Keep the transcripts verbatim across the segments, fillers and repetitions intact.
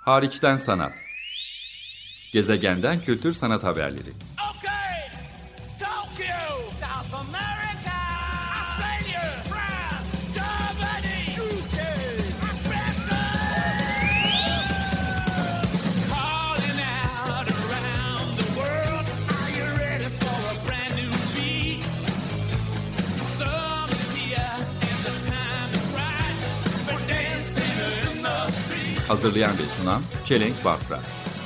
Hariçten sanat. Gezegenden kültür sanat haberleri. Okay. Tokyo, South America, Australia, France, Germany, U K, Africa. Calling out around the world. Are you ready for a brand new beat? Summer's here and the time is right. We're dancing in the street. Hazırlayan ve sunan Çelenk Bafra.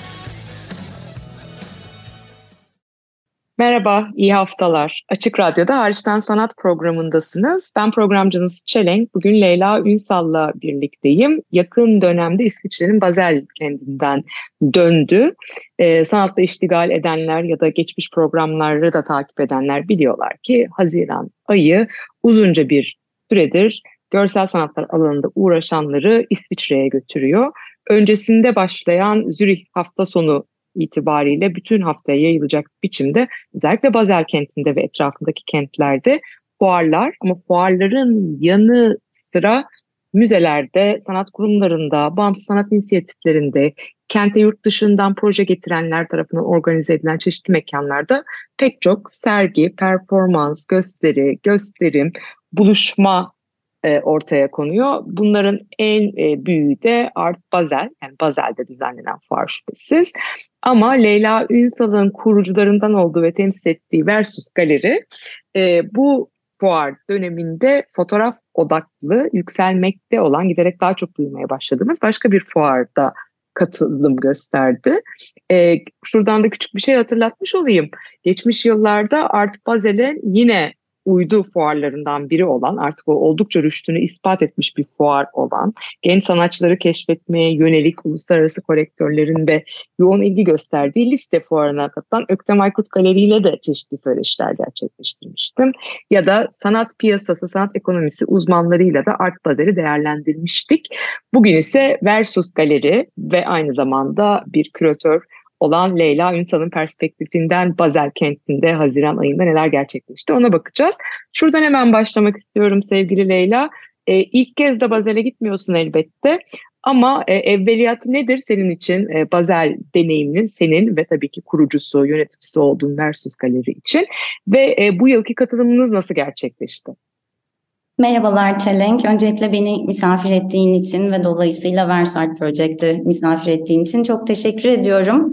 Merhaba, iyi haftalar. Açık Radyo'da Hariçten Sanat programındasınız. Ben programcınız Çelenk. Bugün Leyla Ünsal'la birlikteyim. Yakın dönemde İsviçre'nin Basel kendinden döndü. Ee, sanatla iştigal edenler ya da geçmiş programları da takip edenler biliyorlar ki Haziran ayı uzunca bir süredir görsel sanatlar alanında uğraşanları İsviçre'ye götürüyor. Öncesinde başlayan Zürih hafta sonu itibariyle bütün haftaya yayılacak biçimde özellikle Basel kentinde ve etrafındaki kentlerde fuarlar, ama fuarların yanı sıra müzelerde, sanat kurumlarında, bağımsız sanat inisiyatiflerinde, kente yurt dışından proje getirenler tarafından organize edilen çeşitli mekanlarda pek çok sergi, performans, gösteri, gösterim, buluşma e, ortaya konuyor. Bunların en e, büyüğü de Art Basel, yani Basel'de düzenlenen fuar şüphesiz. Ama Leyla Ünsal'ın kurucularından olduğu ve temsil ettiği Versus Galeri e, bu fuar döneminde fotoğraf odaklı, yükselmekte olan, giderek daha çok duymaya başladığımız başka bir fuarda katılım gösterdi. E, şuradan da küçük bir şey hatırlatmış olayım. Geçmiş yıllarda Art Basel'e yine uydu fuarlarından biri olan, artık o oldukça rüştünü ispat etmiş bir fuar olan, genç sanatçıları keşfetmeye yönelik uluslararası kolektörlerin de yoğun ilgi gösterdiği Liste fuarına katılan Öktem Aykut Galeri ile de çeşitli söyleşiler gerçekleştirmiştim. Ya da sanat piyasası, sanat ekonomisi uzmanlarıyla da Art Basel'i değerlendirmiştik. Bugün ise Versus Galeri ve aynı zamanda bir küratör olan Leyla Ünsal'ın perspektifinden Basel kentinde Haziran ayında neler gerçekleşti ona bakacağız. Şuradan hemen başlamak istiyorum sevgili Leyla. Ee, ilk kez de Basel'e gitmiyorsun elbette, ama e, evveliyatı nedir senin için e, Basel deneyiminin, senin ve tabii ki kurucusu, yöneticisi olduğun Versus Galeri için ve e, bu yılki katılımınız nasıl gerçekleşti? Merhabalar Çelenk. Öncelikle beni misafir ettiğin için ve dolayısıyla Versus Art Project'i misafir ettiğin için çok teşekkür ediyorum.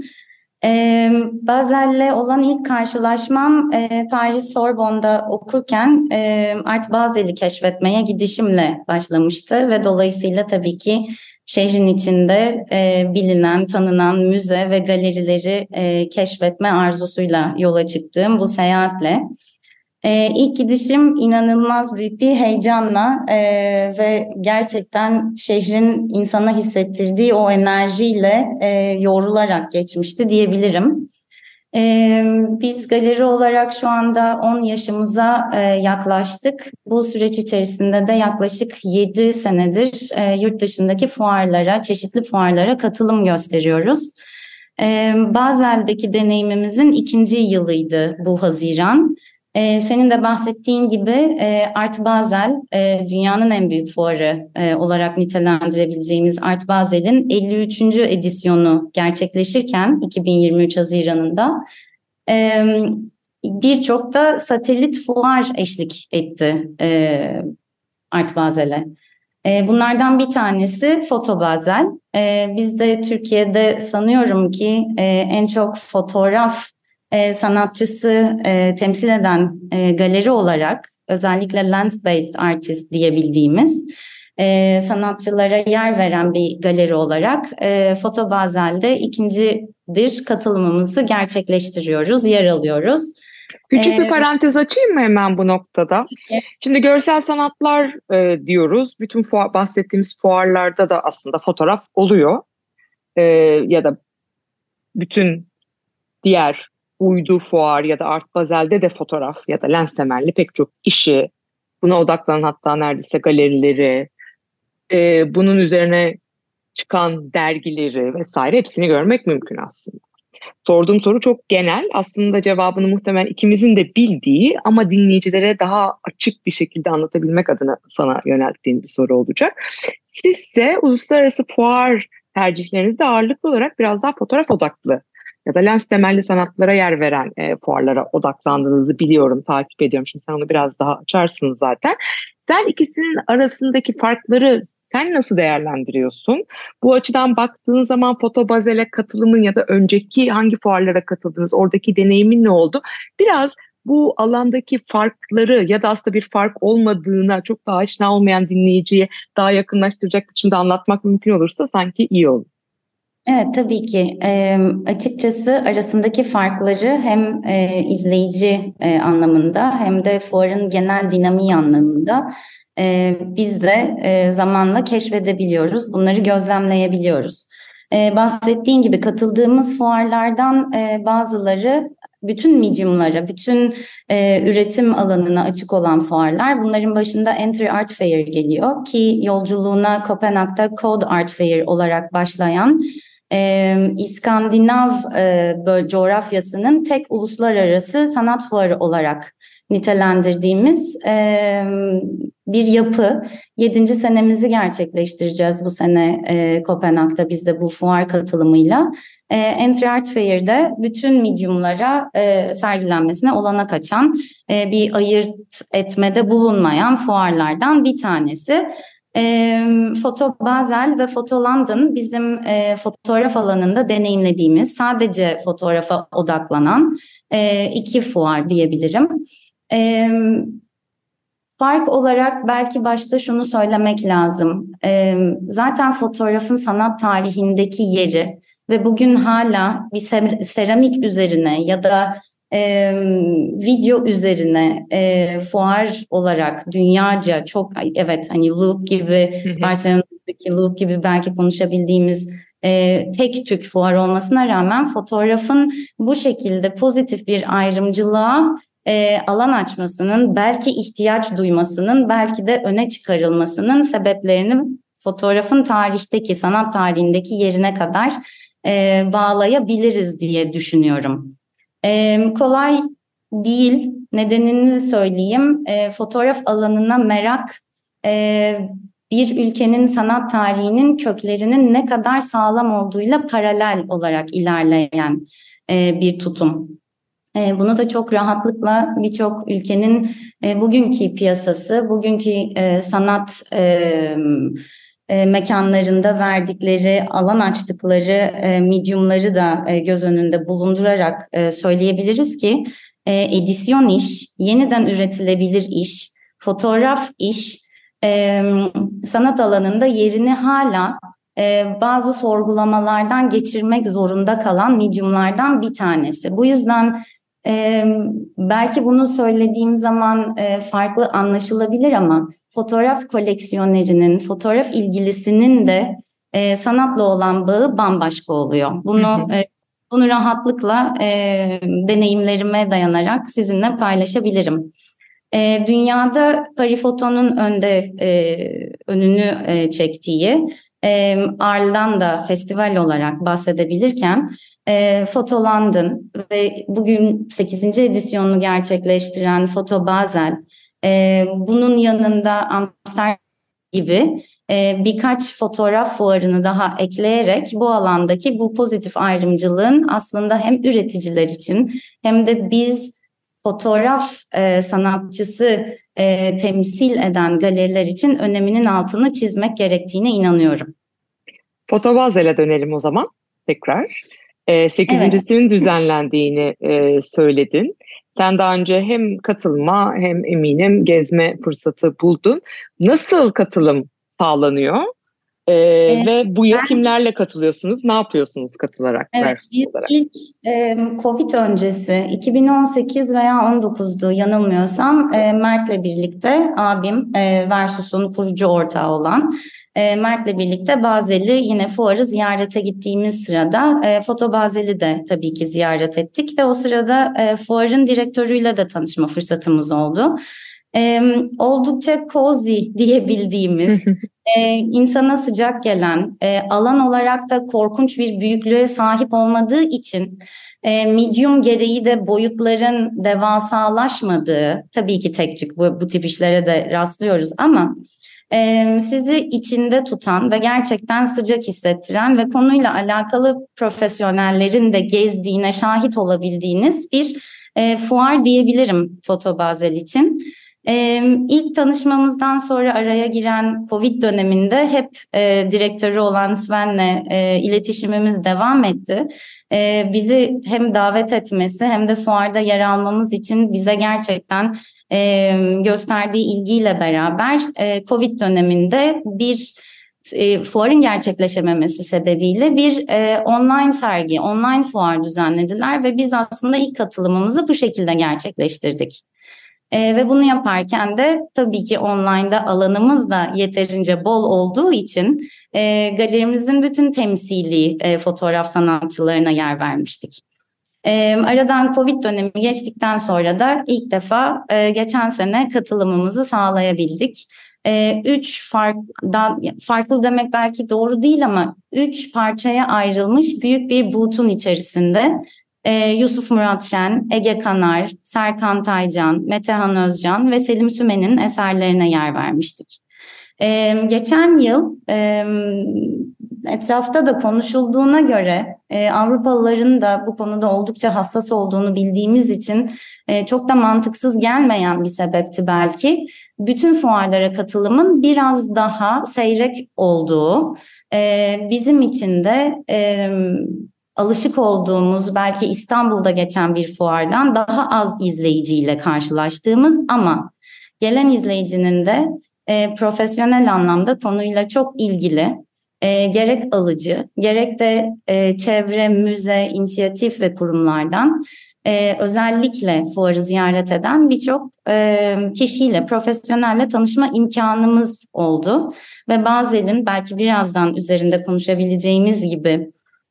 Ee, Basel'le olan ilk karşılaşmam e, Paris Sorbonne'da okurken e, Art Basel'i keşfetmeye gidişimle başlamıştı ve dolayısıyla tabii ki şehrin içinde e, bilinen, tanınan müze ve galerileri e, keşfetme arzusuyla yola çıktığım bu seyahatle. Ee, ilk gidişim inanılmaz büyük bir heyecanla e, ve gerçekten şehrin insana hissettirdiği o enerjiyle e, yoğrularak geçmişti diyebilirim. E, biz galeri olarak şu anda on yaşımıza e, yaklaştık. Bu süreç içerisinde de yaklaşık yedi senedir e, yurt dışındaki fuarlara, çeşitli fuarlara katılım gösteriyoruz. E, Basel'deki deneyimimizin ikinci yılıydı bu Haziran. Ee, senin de bahsettiğin gibi e, Art Basel e, dünyanın en büyük fuarı e, olarak nitelendirebileceğimiz Art Basel'in elli üçüncü edisyonu gerçekleşirken iki bin yirmi üç Haziran'ında e, birçok da satelit fuar eşlik etti e, Art Basel'e. E, bunlardan bir tanesi Foto Basel. E, biz de Türkiye'de sanıyorum ki e, en çok fotoğraf E, sanatçısı e, temsil eden e, galeri olarak, özellikle lens-based artist diyebildiğimiz e, sanatçılara yer veren bir galeri olarak e, Foto Basel'de ikincidir katılımımızı gerçekleştiriyoruz, yer alıyoruz. Küçük Ee, bir parantez açayım mı hemen bu noktada? Evet. Şimdi görsel sanatlar e, diyoruz. Bütün fuar, bahsettiğimiz fuarlarda da aslında fotoğraf oluyor. E, ya da bütün diğer uydu fuar ya da Art Basel'de de fotoğraf ya da lens temelli pek çok işi, buna odaklanan hatta neredeyse galerileri, e, bunun üzerine çıkan dergileri vesaire hepsini görmek mümkün aslında. Sorduğum soru çok genel. Aslında cevabını muhtemelen ikimizin de bildiği ama dinleyicilere daha açık bir şekilde anlatabilmek adına sana yönelttiğim bir soru olacak. Sizse uluslararası fuar tercihlerinizde ağırlıklı olarak biraz daha fotoğraf odaklı ya da lens temelli sanatlara yer veren e, fuarlara odaklandığınızı biliyorum, takip ediyorum. Şimdi sen onu biraz daha açarsın zaten. Sen ikisinin arasındaki farkları sen nasıl değerlendiriyorsun? Bu açıdan baktığın zaman Foto Basel'e katılımın ya da önceki hangi fuarlara katıldınız, oradaki deneyimin ne oldu? Biraz bu alandaki farkları ya da aslında bir fark olmadığına çok daha aşina olmayan dinleyiciye daha yakınlaştıracak biçimde anlatmak mümkün olursa sanki iyi olur. Evet, tabii ki. E, açıkçası arasındaki farkları hem e, izleyici e, anlamında hem de fuarın genel dinamiği anlamında e, biz de e, zamanla keşfedebiliyoruz. Bunları gözlemleyebiliyoruz. E, bahsettiğin gibi katıldığımız fuarlardan e, bazıları bütün mediumlara, bütün e, üretim alanına açık olan fuarlar. Bunların başında Entry Art Fair geliyor ki yolculuğuna Kopenhag'da Code Art Fair olarak başlayan Ee, İskandinav e, böl- coğrafyasının tek uluslararası sanat fuarı olarak nitelendirdiğimiz e, bir yapı. Yedinci senemizi gerçekleştireceğiz bu sene e, Kopenhag'da biz de bu fuar katılımıyla. E, Entry Art Fair'de bütün mediumlara e, sergilenmesine olanak açan e, bir ayırt etmede bulunmayan fuarlardan bir tanesi. E, Foto Basel ve Foto London bizim e, fotoğraf alanında deneyimlediğimiz, sadece fotoğrafa odaklanan e, iki fuar diyebilirim. E, fark olarak belki başta şunu söylemek lazım. E, zaten fotoğrafın sanat tarihindeki yeri ve bugün hala bir seramik üzerine ya da E, video üzerine e, fuar olarak dünyaca çok, evet, hani Loop gibi, Barcelona'daki Loop gibi belki konuşabildiğimiz e, tek tük fuar olmasına rağmen fotoğrafın bu şekilde pozitif bir ayrımcılığa e, alan açmasının, belki ihtiyaç duymasının, belki de öne çıkarılmasının sebeplerini fotoğrafın tarihteki, sanat tarihindeki yerine kadar e, bağlayabiliriz diye düşünüyorum. Ee, kolay değil. Nedenini söyleyeyim. Ee, fotoğraf alanına merak e, bir ülkenin sanat tarihinin köklerinin ne kadar sağlam olduğuyla paralel olarak ilerleyen e, bir tutum. E, bunu da çok rahatlıkla birçok ülkenin e, bugünkü piyasası, bugünkü e, sanat e, E, mekanlarında verdikleri, alan açtıkları e, mediumları da e, göz önünde bulundurarak e, söyleyebiliriz ki e, edisyon iş, yeniden üretilebilir iş, fotoğraf iş, e, sanat alanında yerini hala e, bazı sorgulamalardan geçirmek zorunda kalan mediumlardan bir tanesi. Bu yüzden Ee, belki bunu söylediğim zaman e, farklı anlaşılabilir ama fotoğraf koleksiyonerinin, fotoğraf ilgilisinin de e, sanatla olan bağı bambaşka oluyor. Bunu e, bunu rahatlıkla e, deneyimlerime dayanarak sizinle paylaşabilirim. E, dünyada Parifoto'nun önde e, önünü e, çektiği e, Arl'dan da festival olarak bahsedebilirken E, Foto London ve bugün sekizinci edisyonunu gerçekleştiren Foto Basel, e, bunun yanında Amsterdam gibi e, birkaç fotoğraf fuarını daha ekleyerek bu alandaki bu pozitif ayrımcılığın aslında hem üreticiler için hem de biz fotoğraf e, sanatçısı e, temsil eden galeriler için öneminin altını çizmek gerektiğine inanıyorum. Foto Basel'e dönelim o zaman tekrar. sekizincisinin Evet. düzenlendiğini e, söyledin. Sen daha önce hem katılma hem eminim gezme fırsatı buldun. Nasıl katılım sağlanıyor? E, ee, ve bu yıl ben, kimlerle katılıyorsunuz? Ne yapıyorsunuz katılarak? Evet, olarak? ilk e, Covid öncesi iki bin on sekiz veya on dokuzdu yanılmıyorsam e, Mert'le birlikte abim e, Versus'un kurucu ortağı olan E, Mert'le birlikte Basel'i, yine fuarı ziyarete gittiğimiz sırada e, Foto Basel'i de tabii ki ziyaret ettik ve o sırada e, fuarın direktörüyle de tanışma fırsatımız oldu. E, oldukça cozy diyebildiğimiz, e, insana sıcak gelen, e, alan olarak da korkunç bir büyüklüğe sahip olmadığı için e, medium gereği de boyutların devasalaşmadığı, tabii ki tek tük bu, bu tip işlere de rastlıyoruz ama Ee, sizi içinde tutan ve gerçekten sıcak hissettiren ve konuyla alakalı profesyonellerin de gezdiğine şahit olabildiğiniz bir e, fuar diyebilirim Foto Basel için. Ee, ilk tanışmamızdan sonra araya giren Covid döneminde hep e, direktörü olan Sven'le e, iletişimimiz devam etti. E, bizi hem davet etmesi hem de fuarda yer almamız için bize gerçekten e, gösterdiği ilgiyle beraber e, Covid döneminde bir e, fuarın gerçekleşememesi sebebiyle bir e, online sergi, online fuar düzenlediler ve biz aslında ilk katılımımızı bu şekilde gerçekleştirdik. E, ve bunu yaparken de tabii ki online'da alanımız da yeterince bol olduğu için e, galerimizin bütün temsili e, fotoğraf sanatçılarına yer vermiştik. E, aradan Covid dönemi geçtikten sonra da ilk defa e, geçen sene katılımımızı sağlayabildik. E, üç farklı, farklı demek belki doğru değil ama üç parçaya ayrılmış büyük bir boot'un içerisinde Ee, Yusuf Murat Şen, Ege Kanar, Serkan Taycan, Metehan Özcan ve Selim Sümen'in eserlerine yer vermiştik. Ee, geçen yıl e, etrafta da konuşulduğuna göre e, Avrupalıların da bu konuda oldukça hassas olduğunu bildiğimiz için e, çok da mantıksız gelmeyen bir sebepti belki. Bütün fuarlara katılımın biraz daha seyrek olduğu, e, bizim için de E, alışık olduğumuz belki İstanbul'da geçen bir fuardan daha az izleyiciyle karşılaştığımız ama gelen izleyicinin de e, profesyonel anlamda konuyla çok ilgili, e, gerek alıcı gerek de e, çevre, müze, inisiyatif ve kurumlardan e, özellikle fuarı ziyaret eden birçok e, kişiyle, profesyonelle tanışma imkanımız oldu. Ve Basel'in belki birazdan üzerinde konuşabileceğimiz gibi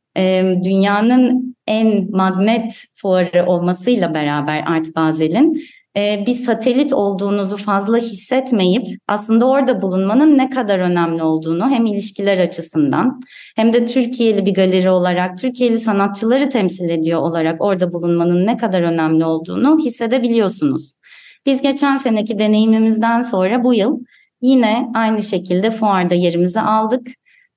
dünyanın en magnet fuarı olmasıyla beraber Art Basel'in bir satelit olduğunuzu fazla hissetmeyip aslında orada bulunmanın ne kadar önemli olduğunu hem ilişkiler açısından hem de Türkiye'li bir galeri olarak, Türkiye'li sanatçıları temsil ediyor olarak orada bulunmanın ne kadar önemli olduğunu hissedebiliyorsunuz. Biz geçen seneki deneyimimizden sonra bu yıl yine aynı şekilde fuarda yerimizi aldık.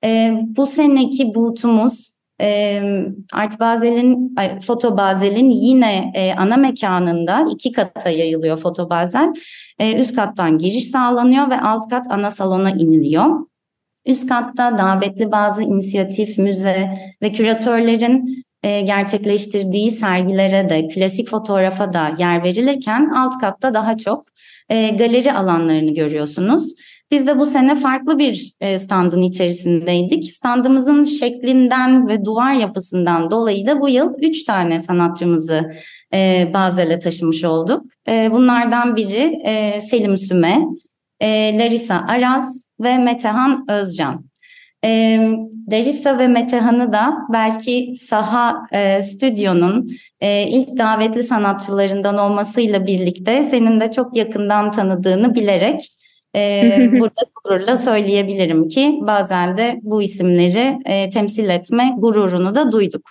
Bu seneki boot'umuz E, Art Basel'in, Foto Basel'in yine e, ana mekanında iki kata yayılıyor Foto Basel. E, üst kattan giriş sağlanıyor ve alt kat ana salona iniliyor. Üst katta davetli bazı inisiyatif, müze ve küratörlerin e, gerçekleştirdiği sergilere de, klasik fotoğrafa da yer verilirken alt katta daha çok e, galeri alanlarını görüyorsunuz. Biz de bu sene farklı bir standın içerisindeydik. Standımızın şeklinden ve duvar yapısından dolayı da bu yıl üç tane sanatçımızı e, Basel'e taşımış olduk. E, bunlardan biri e, Selim Süme, e, Larissa Araz ve Metehan Özcan. E, Larissa ve Metehan'ı da belki Saha e, Stüdyo'nun e, ilk davetli sanatçılarından olmasıyla birlikte senin de çok yakından tanıdığını bilerek Ee, burada gururla söyleyebilirim ki bazen de bu isimleri e, temsil etme gururunu da duyduk.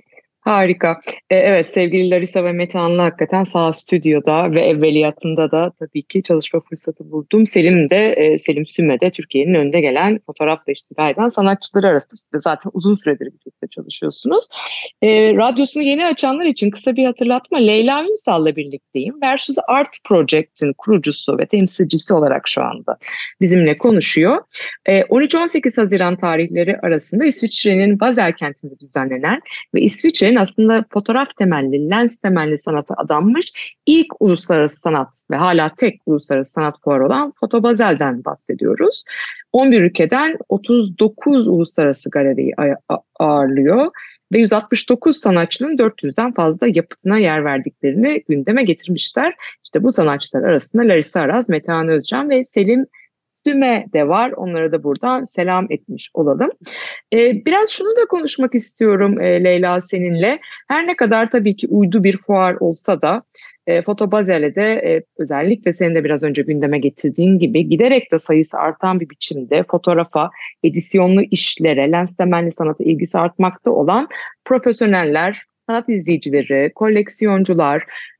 Harika. Ee, evet, sevgili Larissa ve Metehan'la hakikaten Saha Stüdyo'da ve evveliyatında da tabii ki çalışma fırsatı buldum. Selim de, e, Selim Sümme de Türkiye'nin önde gelen fotoğrafla iştigal eden sanatçıları arasında. Siz de zaten uzun süredir birlikte çalışıyorsunuz. E, radyosunu yeni açanlar için kısa bir hatırlatma. Leyla Ünsal'la birlikteyim. Versus Art Project'in kurucusu ve temsilcisi olarak şu anda bizimle konuşuyor. E, on üç on sekiz Haziran tarihleri arasında İsviçre'nin Basel kentinde düzenlenen ve İsviçre'nin aslında fotoğraf temelli, lens temelli sanata adanmış ilk uluslararası sanat ve hala tek uluslararası sanat fuarı olan Foto Basel'den bahsediyoruz. on bir ülkeden otuz dokuz uluslararası galeriyi ağırlıyor ve yüz altmış dokuz sanatçının dört yüzden fazla yapıtına yer verdiklerini gündeme getirmişler. İşte bu sanatçılar arasında Larissa Araz, Metehan Özcan ve Selim Süme de var. Onlara da buradan selam etmiş olalım. Ee, biraz şunu da konuşmak istiyorum e, Leyla seninle. Her ne kadar tabii ki uydu bir fuar olsa da e, Foto Basel'e de e, özellikle senin de biraz önce gündeme getirdiğin gibi giderek de sayısı artan bir biçimde fotoğrafa, edisyonlu işlere, lens temelli sanata ilgisi artmakta olan profesyoneller, sanat izleyicileri, koleksiyoncular,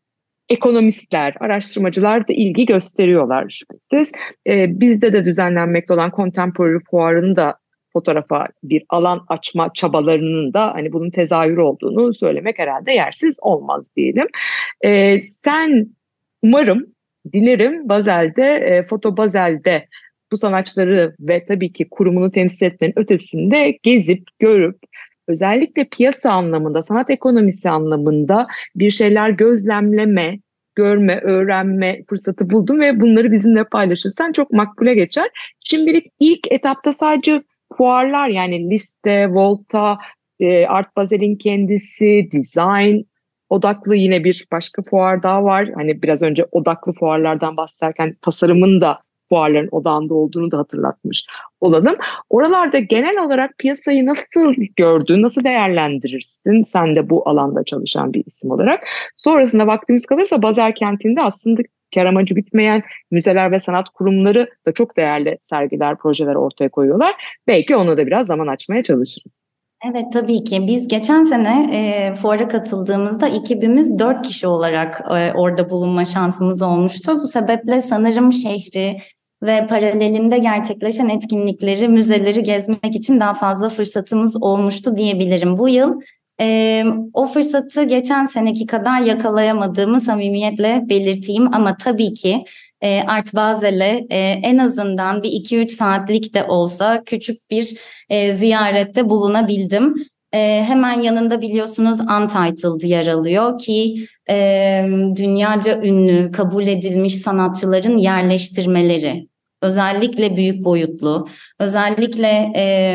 ekonomistler, araştırmacılar da ilgi gösteriyorlar şüphesiz. E, bizde de düzenlenmekte olan Contemporary Fuarı'nın da fotoğrafa bir alan açma çabalarının da hani bunun tezahürü olduğunu söylemek herhalde yersiz olmaz diyelim. E, sen umarım, dilerim Basel'de, e, Foto Basel'de bu sanatçıları ve tabii ki kurumunu temsil etmenin ötesinde gezip, görüp, özellikle piyasa anlamında, sanat ekonomisi anlamında bir şeyler gözlemleme, görme, öğrenme fırsatı buldum ve bunları bizimle paylaşırsan çok makbule geçer. Şimdilik ilk etapta sadece fuarlar, yani Liste, Volta, e, Art Basel'in kendisi, design odaklı yine bir başka fuar daha var. Hani biraz önce odaklı fuarlardan bahsederken tasarımın da fuarların odağında olduğunu da hatırlatmış olalım. Oralarda genel olarak piyasayı nasıl gördün, nasıl değerlendirirsin? Sen de bu alanda çalışan bir isim olarak. Sonrasında vaktimiz kalırsa Basel kentinde aslında kar amacı gütmeyen müzeler ve sanat kurumları da çok değerli sergiler, projeler ortaya koyuyorlar. Belki ona da biraz zaman açmaya çalışırız. Evet, tabii ki. Biz geçen sene e, fuara katıldığımızda ekibimiz dört kişi olarak e, orada bulunma şansımız olmuştu. Bu sebeple sanırım şehri ve paralelinde gerçekleşen etkinlikleri, müzeleri gezmek için daha fazla fırsatımız olmuştu diyebilirim. Bu yıl e, o fırsatı geçen seneki kadar yakalayamadığımı samimiyetle belirteyim ama tabii ki e, Art Basel'e e, en azından bir iki üç saatlik de olsa küçük bir e, ziyarette bulunabildim. E, hemen yanında biliyorsunuz Untitled yer alıyor ki e, dünyaca ünlü, kabul edilmiş sanatçıların yerleştirmeleri, özellikle büyük boyutlu, özellikle e,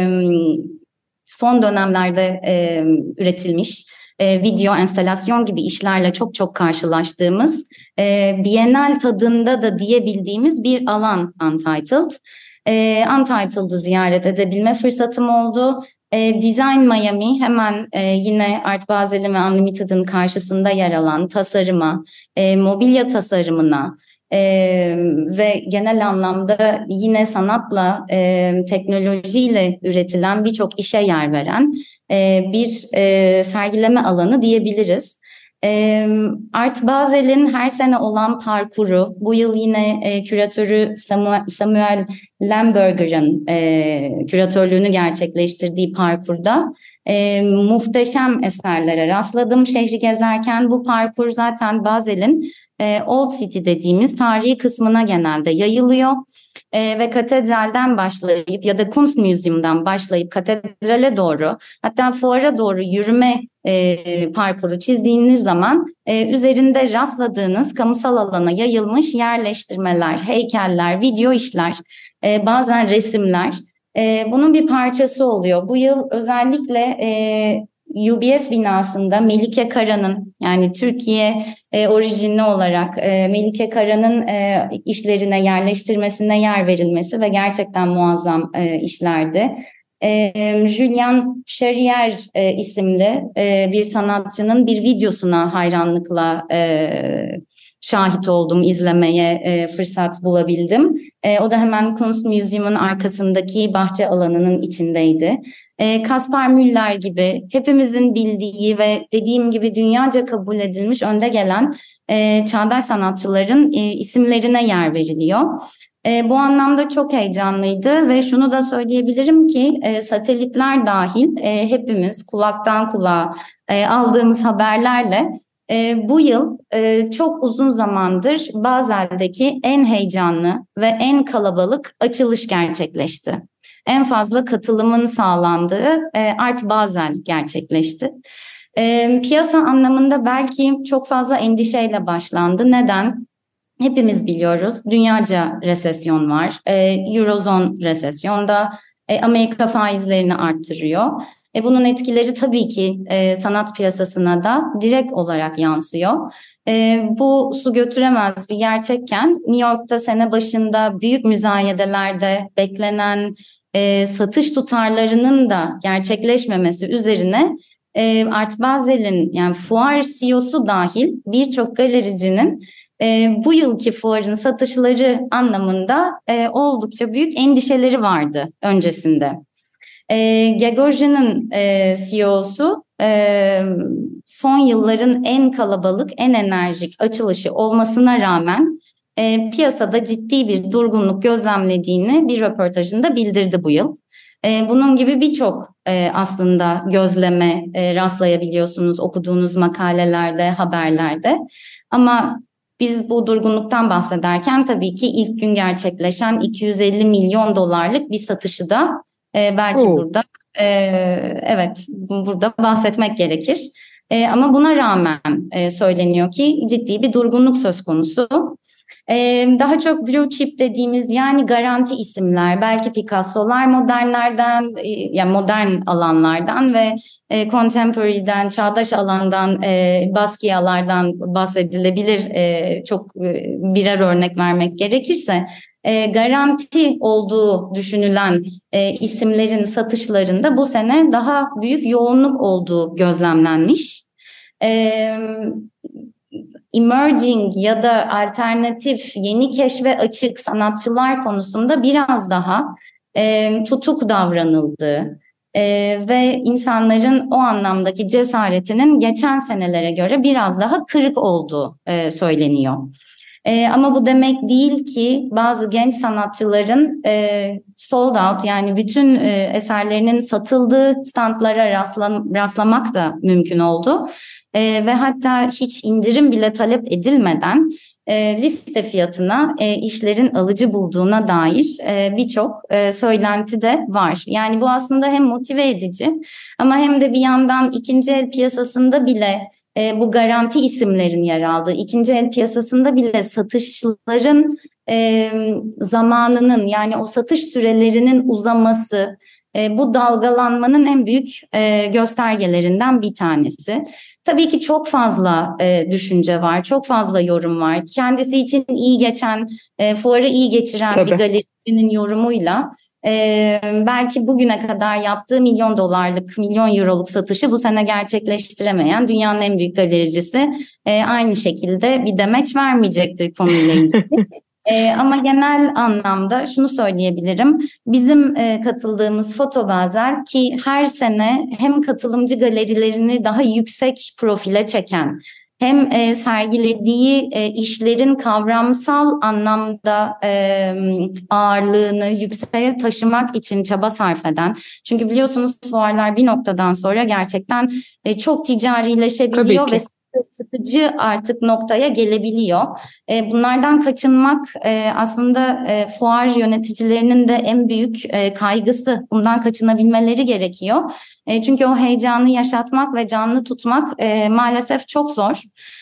son dönemlerde e, üretilmiş e, video enstalasyon gibi işlerle çok çok karşılaştığımız, e, Bienal tadında da diyebildiğimiz bir alan Untitled. E, Untitled'ı ziyaret edebilme fırsatım oldu. E, Design Miami hemen e, yine Art Basel'in ve Unlimited'ın karşısında yer alan tasarıma, e, mobilya tasarımına e, ve genel anlamda yine sanatla, e, teknolojiyle üretilen birçok işe yer veren e, bir e, sergileme alanı diyebiliriz. E, Art Basel'in her sene olan parkuru, bu yıl yine e, küratörü Samuel, Samuel Lemberger'ın e, küratörlüğünü gerçekleştirdiği parkurda e, muhteşem eserlere rastladım şehri gezerken. Bu parkur zaten Basel'in e, Old City dediğimiz tarihi kısmına genelde yayılıyor. E, ve katedralden başlayıp ya da Kunstmuseum'dan başlayıp katedrale doğru, hatta fuara doğru yürüme e, parkuru çizdiğiniz zaman e, üzerinde rastladığınız kamusal alana yayılmış yerleştirmeler, heykeller, video işler, e, bazen resimler e, bunun bir parçası oluyor. Bu yıl özellikle e, U B S binasında Melike Kara'nın, yani Türkiye e, orijinli olarak e, Melike Kara'nın e, işlerine, yerleştirmesine yer verilmesi ve gerçekten muazzam e, işlerdi. E, Julian Charrier e, isimli e, bir sanatçının bir videosuna hayranlıkla e, şahit oldum, izlemeye e, fırsat bulabildim. E, o da hemen Kunstmuseum'un arkasındaki bahçe alanının içindeydi. E, Kaspar Müller gibi hepimizin bildiği ve dediğim gibi dünyaca kabul edilmiş önde gelen e, çağdaş sanatçıların e, isimlerine yer veriliyor. E, bu anlamda çok heyecanlıydı ve şunu da söyleyebilirim ki e, satelitler dahil e, hepimiz kulaktan kulağa e, aldığımız haberlerle e, bu yıl e, çok uzun zamandır Basel'deki en heyecanlı ve en kalabalık açılış gerçekleşti. En fazla katılımın sağlandığı e, Art Basel gerçekleşti. E, piyasa anlamında belki çok fazla endişeyle başlandı. Neden? Hepimiz biliyoruz, dünyaca resesyon var. E, Eurozone resesyonda, e, Amerika faizlerini arttırıyor. E, bunun etkileri tabii ki e, sanat piyasasına da direkt olarak yansıyor. E, bu su götüremez bir gerçekken New York'ta sene başında büyük müzayedelerde beklenen e, satış tutarlarının da gerçekleşmemesi üzerine e, Art Basel'in, yani fuar C E O'su dahil birçok galericinin e, bu yılki fuarın satışları anlamında e, oldukça büyük endişeleri vardı öncesinde. E, Gagosian'ın e, C E O'su e, son yılların en kalabalık, en enerjik açılışı olmasına rağmen e, piyasada ciddi bir durgunluk gözlemlediğini bir röportajında bildirdi bu yıl. E, bunun gibi birçok e, aslında gözleme e, rastlayabiliyorsunuz okuduğunuz makalelerde, haberlerde. Ama biz bu durgunluktan bahsederken tabii ki ilk gün gerçekleşen iki yüz elli milyon dolarlık bir satışı da e, belki Oo. burada e, evet burada bahsetmek gerekir. E, ama buna rağmen e, söyleniyor ki ciddi bir durgunluk söz konusu. Ee, daha çok blue chip dediğimiz yani garanti isimler, belki Picasso'lar modernlerden, e, yani modern alanlardan ve e, contemporary'den, çağdaş alandan, e, Basquiat'lardan bahsedilebilir. E, çok e, birer örnek vermek gerekirse, e, garanti olduğu düşünülen e, isimlerin satışlarında bu sene daha büyük yoğunluk olduğu gözlemlenmiş. Evet. Emerging ya da alternatif, yeni keşfe açık sanatçılar konusunda biraz daha e, tutuk davranıldığı e, ve insanların o anlamdaki cesaretinin geçen senelere göre biraz daha kırık olduğu e, söyleniyor. E, ama bu demek değil ki bazı genç sanatçıların e, sold out, yani bütün e, eserlerinin satıldığı standlara rastlam, rastlamak da mümkün oldu. E, ve hatta hiç indirim bile talep edilmeden e, liste fiyatına e, işlerin alıcı bulduğuna dair e, birçok e, söylenti de var. Yani bu aslında hem motive edici ama hem de bir yandan ikinci el piyasasında bile e, bu garanti isimlerin yer aldığı ikinci el piyasasında bile satışların e, zamanının, yani o satış sürelerinin uzaması, e, bu dalgalanmanın en büyük e, göstergelerinden bir tanesi. Tabii ki çok fazla e, düşünce var, çok fazla yorum var. Kendisi için iyi geçen, e, fuarı iyi geçiren Tabii. bir galericinin yorumuyla e, belki bugüne kadar yaptığı milyon dolarlık, milyon euroluk satışı bu sene gerçekleştiremeyen dünyanın en büyük galericisi e, aynı şekilde bir demeç vermeyecektir konuyla ilgili. Ee, ama genel anlamda şunu söyleyebilirim. Bizim e, katıldığımız Foto Basel, ki her sene hem katılımcı galerilerini daha yüksek profile çeken, hem e, sergilediği e, işlerin kavramsal anlamda e, ağırlığını yükseğe taşımak için çaba sarf eden. Çünkü biliyorsunuz fuarlar bir noktadan sonra gerçekten e, çok ticarileşebiliyor ve sıkıcı artık noktaya gelebiliyor. E, bunlardan kaçınmak e, aslında e, fuar yöneticilerinin de en büyük e, kaygısı. Bundan kaçınabilmeleri gerekiyor. E, çünkü o heyecanı yaşatmak ve canlı tutmak e, maalesef çok zor.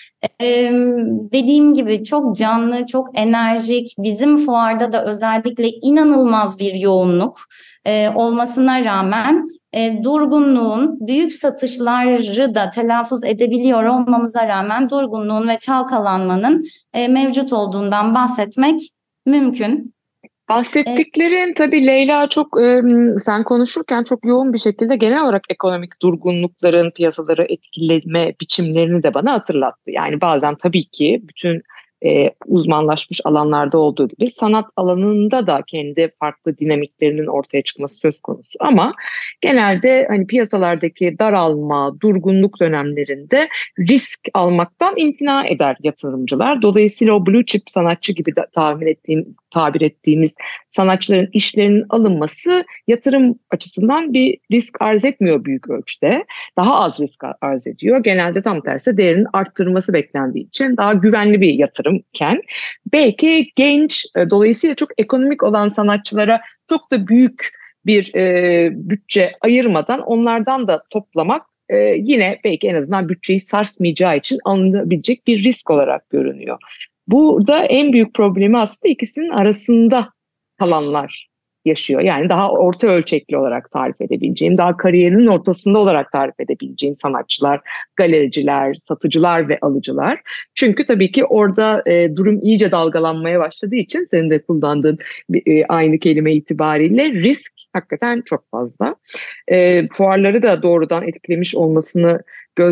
Ee, dediğim gibi çok canlı, çok enerjik, bizim fuarda da özellikle inanılmaz bir yoğunluk e, olmasına rağmen e, durgunluğun, büyük satışları da telaffuz edebiliyor olmamıza rağmen durgunluğun ve çalkalanmanın e, mevcut olduğundan bahsetmek mümkün. Bahsettiklerin tabii Leyla, çok e, sen konuşurken çok yoğun bir şekilde genel olarak ekonomik durgunlukların piyasaları etkileme biçimlerini de bana hatırlattı. Yani bazen tabii ki bütün e, uzmanlaşmış alanlarda olduğu gibi sanat alanında da kendi farklı dinamiklerinin ortaya çıkması söz konusu. Ama genelde hani piyasalardaki daralma, durgunluk dönemlerinde risk almaktan imtina eder yatırımcılar. Dolayısıyla o blue chip sanatçı gibi de tahmin ettiğim, tabir ettiğimiz sanatçıların işlerinin alınması yatırım açısından bir risk arz etmiyor büyük ölçüde. Daha az risk arz ediyor. Genelde tam tersi değerinin arttırılması beklendiği için daha güvenli bir yatırımken belki genç, dolayısıyla çok ekonomik olan sanatçılara çok da büyük bir e, bütçe ayırmadan onlardan da toplamak e, yine belki en azından bütçeyi sarsmayacağı için alınabilecek bir risk olarak görünüyor. Burada en büyük problemi aslında ikisinin arasında kalanlar yaşıyor. Yani daha orta ölçekli olarak tarif edebileceğim, daha kariyerinin ortasında olarak tarif edebileceğim sanatçılar, galericiler, satıcılar ve alıcılar. Çünkü tabii ki orada e, durum iyice dalgalanmaya başladığı için senin de kullandığın e, aynı kelime itibariyle risk hakikaten çok fazla. E, fuarları da doğrudan etkilemiş olmasını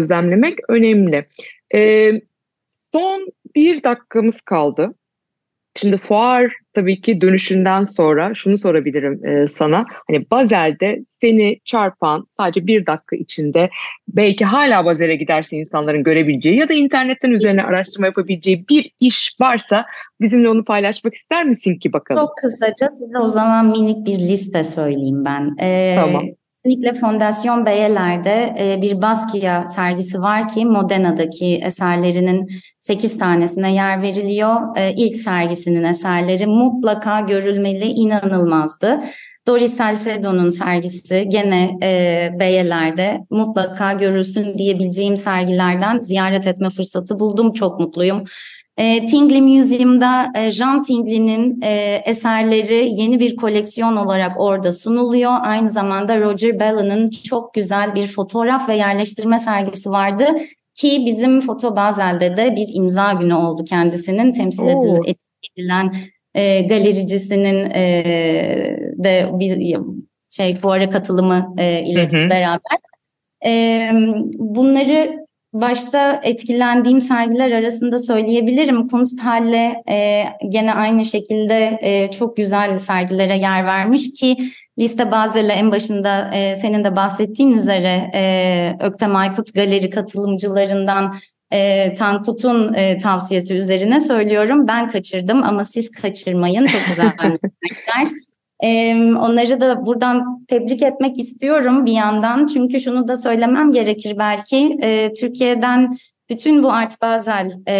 gözlemlemek önemli. E, son bir dakikamız kaldı. Şimdi fuar tabii ki dönüşünden sonra şunu sorabilirim e, sana. Hani Bazel'de seni çarpan sadece bir dakika içinde belki hala Bazel'e giderse insanların görebileceği ya da internetten üzerine araştırma yapabileceği bir iş varsa bizimle onu paylaşmak ister misin ki bakalım? Çok kısaca size o zaman minik bir liste söyleyeyim ben. Ee, Tamam. Kesinlikle Fondasyon Beyeler'de e, bir Basquiat sergisi var ki Modena'daki eserlerinin sekiz tanesine yer veriliyor. E, ilk sergisinin eserleri mutlaka görülmeli, inanılmazdı. Doris Salcedo'nun sergisi gene e, Beyeler'de mutlaka görülsün diyebileceğim sergilerden ziyaret etme fırsatı buldum. Çok mutluyum. E, Tingley Museum'da e, Jean Tingley'nin e, eserleri yeni bir koleksiyon olarak orada sunuluyor. Aynı zamanda Roger Bellan'ın çok güzel bir fotoğraf ve yerleştirme sergisi vardı ki bizim Foto Basel'de de bir imza günü oldu kendisinin temsil Oo. edilen e, galericisinin e, de bir şey fuara katılımı e, ile Hı hı. beraber. E, bunları başta etkilendiğim sergiler arasında söyleyebilirim. Kunsthalle e, gene aynı şekilde e, çok güzel sergilere yer vermiş ki liste Basel'e en başında e, senin de bahsettiğin üzere e, Öktem Aykut Galeri katılımcılarından e, Tankut'un e, tavsiyesi üzerine söylüyorum. Ben kaçırdım ama siz kaçırmayın. Çok güzel sergiler. Ee, onları da buradan tebrik etmek istiyorum bir yandan. Çünkü şunu da söylemem gerekir belki. Ee, Türkiye'den bütün bu Art Basel e,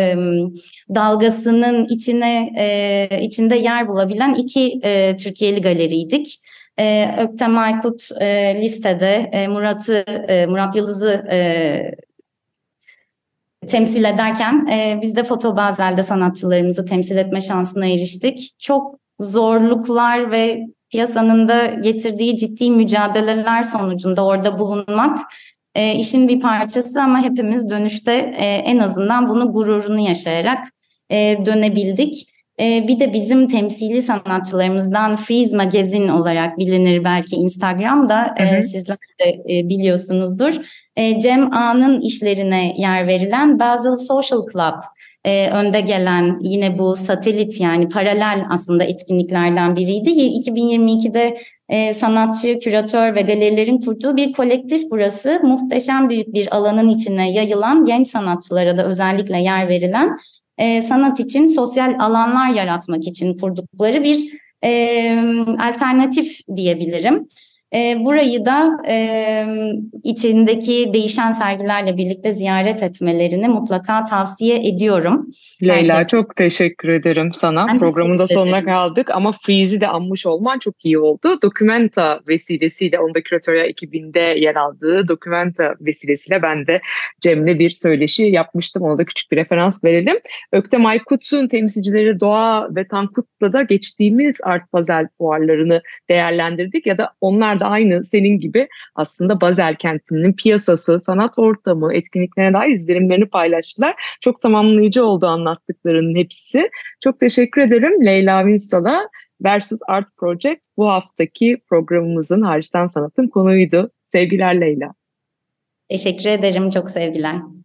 dalgasının içine e, içinde yer bulabilen iki e, Türkiye'li galeriydik. E, Öktem Aykut e, listede e, Murat'ı e, Murat Yıldız'ı e, temsil ederken e, biz de Foto Basel'de sanatçılarımızı temsil etme şansına eriştik. Çok zorluklar ve piyasanın da getirdiği ciddi mücadeleler sonucunda orada bulunmak e, işin bir parçası ama hepimiz dönüşte e, en azından bunu gururunu yaşayarak e, dönebildik. E, bir de bizim temsili sanatçılarımızdan Freeze Magazine olarak bilinir belki Instagram'da Hı hı. e, sizler de e, biliyorsunuzdur. E, Cem A'nın işlerine yer verilen Basel Social Club e, önde gelen yine bu satelit yani paralel aslında etkinliklerden biriydi. iki bin yirmi ikide e, sanatçı, küratör ve galerilerin kurduğu bir kolektif burası. Muhteşem büyük bir alanın içine yayılan genç sanatçılara da özellikle yer verilen e, sanat için sosyal alanlar yaratmak için kurdukları bir e, alternatif diyebilirim. E, burayı da e, içindeki değişen sergilerle birlikte ziyaret etmelerini mutlaka tavsiye ediyorum. Leyla Herkes. çok teşekkür ederim sana. Ben Programın da teşekkür sonuna ederim. kaldık ama Freeze'i de anmış olman çok iyi oldu. Documenta vesilesiyle, onun da küratörya ekibinde yer aldığı Documenta vesilesiyle ben de Cem'le bir söyleşi yapmıştım. Ona da küçük bir referans verelim. Öktem Aykut'un temsilcileri Doğa ve Tankut'la da geçtiğimiz Art Basel fuarlarını değerlendirdik ya da onlar da aynı senin gibi aslında Basel kentinin piyasası, sanat ortamı, etkinliklerine dair izlenimlerini paylaştılar. Çok tamamlayıcı oldu anlattıklarının hepsi. Çok teşekkür ederim Leyla Ünsal'a. Versus Art Project bu haftaki programımızın hariçten sanatın konuydu. Sevgiler Leyla. Teşekkür ederim. Çok sevgiler.